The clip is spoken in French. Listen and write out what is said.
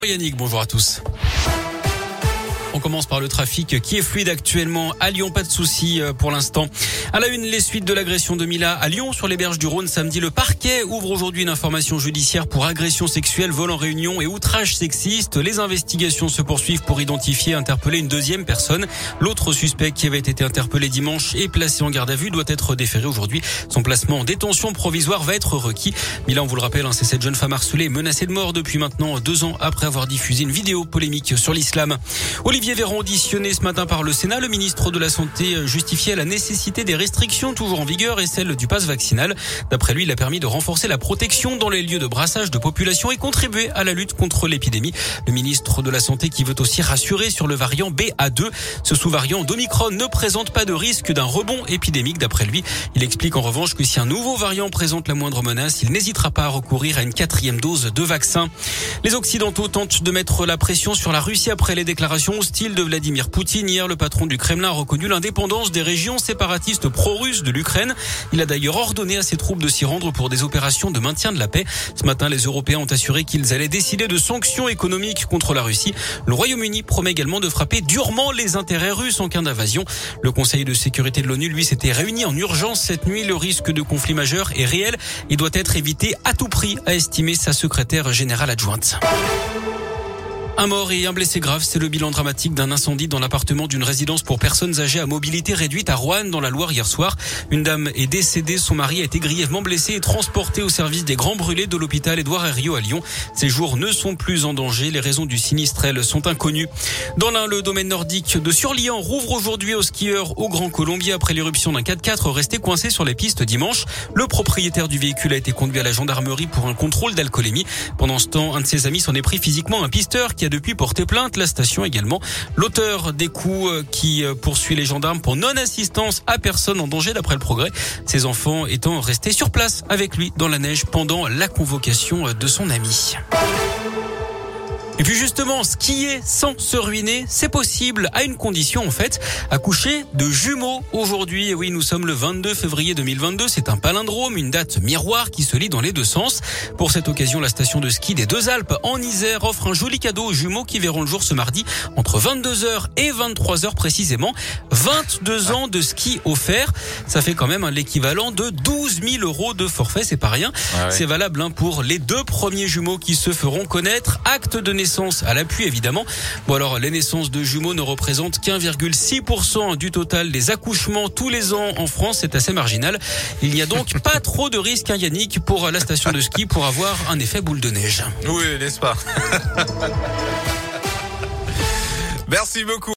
Yannick, bonjour à tous. On commence par le trafic qui est fluide actuellement à Lyon, pas de soucis pour l'instant. À la une, les suites de l'agression de Mila à Lyon sur les berges du Rhône samedi. Le parquet ouvre aujourd'hui une information judiciaire pour agression sexuelle, vol en réunion et outrage sexiste. Les investigations se poursuivent pour identifier et interpeller une deuxième personne. L'autre suspect qui avait été interpellé dimanche et placé en garde à vue doit être déféré aujourd'hui. Son placement en détention provisoire va être requis. Mila, on vous le rappelle, c'est cette jeune femme harcelée menacée de mort depuis maintenant 2 ans après avoir diffusé une vidéo polémique sur l'islam. Olivier Véran auditionné ce matin par le Sénat. Le ministre de la Santé justifiait la nécessité des restrictions toujours en vigueur et celle du pass vaccinal. D'après lui, il a permis de renforcer la protection dans les lieux de brassage de population et contribuer à la lutte contre l'épidémie. Le ministre de la Santé qui veut aussi rassurer sur le variant BA2. Ce sous-variant d'Omicron ne présente pas de risque d'un rebond épidémique d'après lui. Il explique en revanche que si un nouveau variant présente la moindre menace, il n'hésitera pas à recourir à une 4e dose de vaccin. Les Occidentaux tentent de mettre la pression sur la Russie après les déclarations hostiles de Vladimir Poutine. Hier, le patron du Kremlin a reconnu l'indépendance des régions séparatistes pro-russes de l'Ukraine. Il a d'ailleurs ordonné à ses troupes de s'y rendre pour des opérations de maintien de la paix. Ce matin, les Européens ont assuré qu'ils allaient décider de sanctions économiques contre la Russie. Le Royaume-Uni promet également de frapper durement les intérêts russes en cas d'invasion. Le Conseil de sécurité de l'ONU, lui, s'était réuni en urgence cette nuit. Le risque de conflit majeur est réel et doit être évité à tout prix, a estimé sa secrétaire générale adjointe. Un mort et un blessé grave, c'est le bilan dramatique d'un incendie dans l'appartement d'une résidence pour personnes âgées à mobilité réduite à Roanne dans la Loire hier soir. Une dame est décédée, son mari a été grièvement blessé et transporté au service des grands brûlés de l'hôpital Édouard Herriot à Lyon. Ses jours ne sont plus en danger, les raisons du sinistre, elles, sont inconnues. Dans l'Ain, le domaine nordique de Surlian rouvre aujourd'hui aux skieurs au Grand Colombier après l'éruption d'un 4x4 resté coincé sur les pistes dimanche. Le propriétaire du véhicule a été conduit à la gendarmerie pour un contrôle d'alcoolémie. Pendant ce temps, un de ses amis s'en est pris physiquement un pisteur qui a depuis porté plainte, la station également. L'auteur des coups qui poursuit les gendarmes pour non-assistance à personne en danger d'après le Progrès. Ses enfants étant restés sur place avec lui dans la neige pendant la convocation de son ami. Et puis justement, skier sans se ruiner, c'est possible à une condition en fait, accoucher de jumeaux aujourd'hui. Et oui, nous sommes le 22 février 2022, c'est un palindrome, une date miroir qui se lit dans les deux sens. Pour cette occasion, la station de ski des Deux Alpes en Isère offre un joli cadeau aux jumeaux qui verront le jour ce mardi entre 22h et 23h précisément. 22 ans de ski offerts, ça fait quand même l'équivalent de 12 000 € de forfait, c'est pas rien. Ah ouais. C'est valable pour les 2 premiers jumeaux qui se feront connaître. Acte de naissance à l'appui évidemment. Bon alors les naissances de jumeaux ne représentent qu'1,6% du total des accouchements tous les ans en France, c'est assez marginal. Il n'y a donc pas trop de risque, Yannick, pour la station de ski pour avoir un effet boule de neige. Oui, n'est-ce pas? Merci beaucoup.